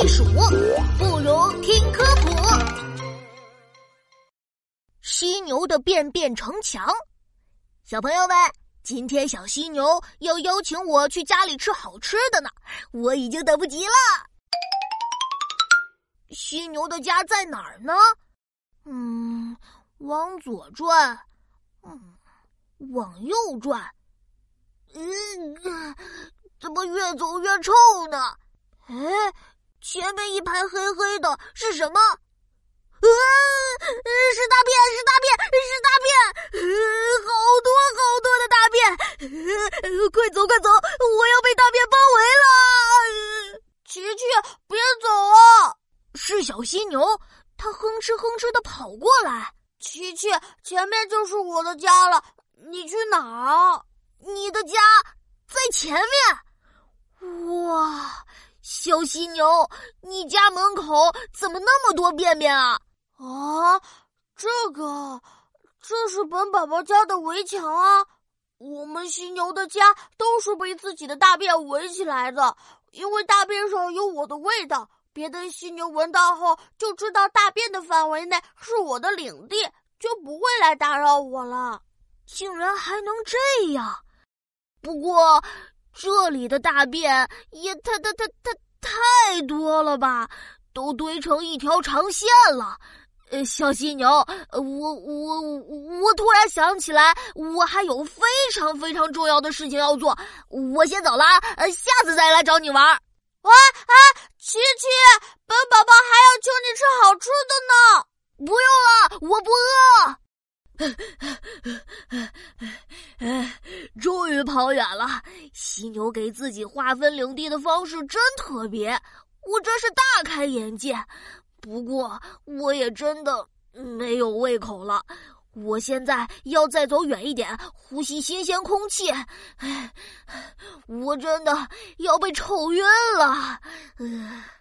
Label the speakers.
Speaker 1: 避暑，不如听科普。犀牛的便便城墙。小朋友们，今天小犀牛要邀请我去家里吃好吃的呢，我已经等不及了。犀牛的家在哪儿呢？往左转，往右转，怎么越走越臭呢？前面一排黑黑的是什么？是大便，是大便，是大便！好多好多的大便！快走快走，我要被大便包围了！
Speaker 2: 琪琪，别走啊！
Speaker 1: 是小犀牛，它哼哧哼哧地跑过来。
Speaker 2: 琪琪，前面就是我的家了，你去哪儿啊？
Speaker 1: 你的家在前面。哇，小犀牛，你家门口怎么那么多便便啊？
Speaker 2: 这是本宝宝家的围墙啊！我们犀牛的家都是被自己的大便围起来的，因为大便上有我的味道，别的犀牛闻到后就知道大便的范围内是我的领地，就不会来打扰我了。
Speaker 1: 竟然还能这样！不过这里的大便也太多了吧，都堆成一条长线了。小犀牛，我突然想起来，我还有非常非常重要的事情要做，我先走了，下次再来找你玩。
Speaker 2: 琪琪，本宝宝还要求你吃好吃的呢。
Speaker 1: 不用了，我不饿。终于跑远了，犀牛给自己划分领地的方式真特别，我真是大开眼界。不过我也真的没有胃口了，我现在要再走远一点，呼吸新鲜空气。我真的要被臭晕了。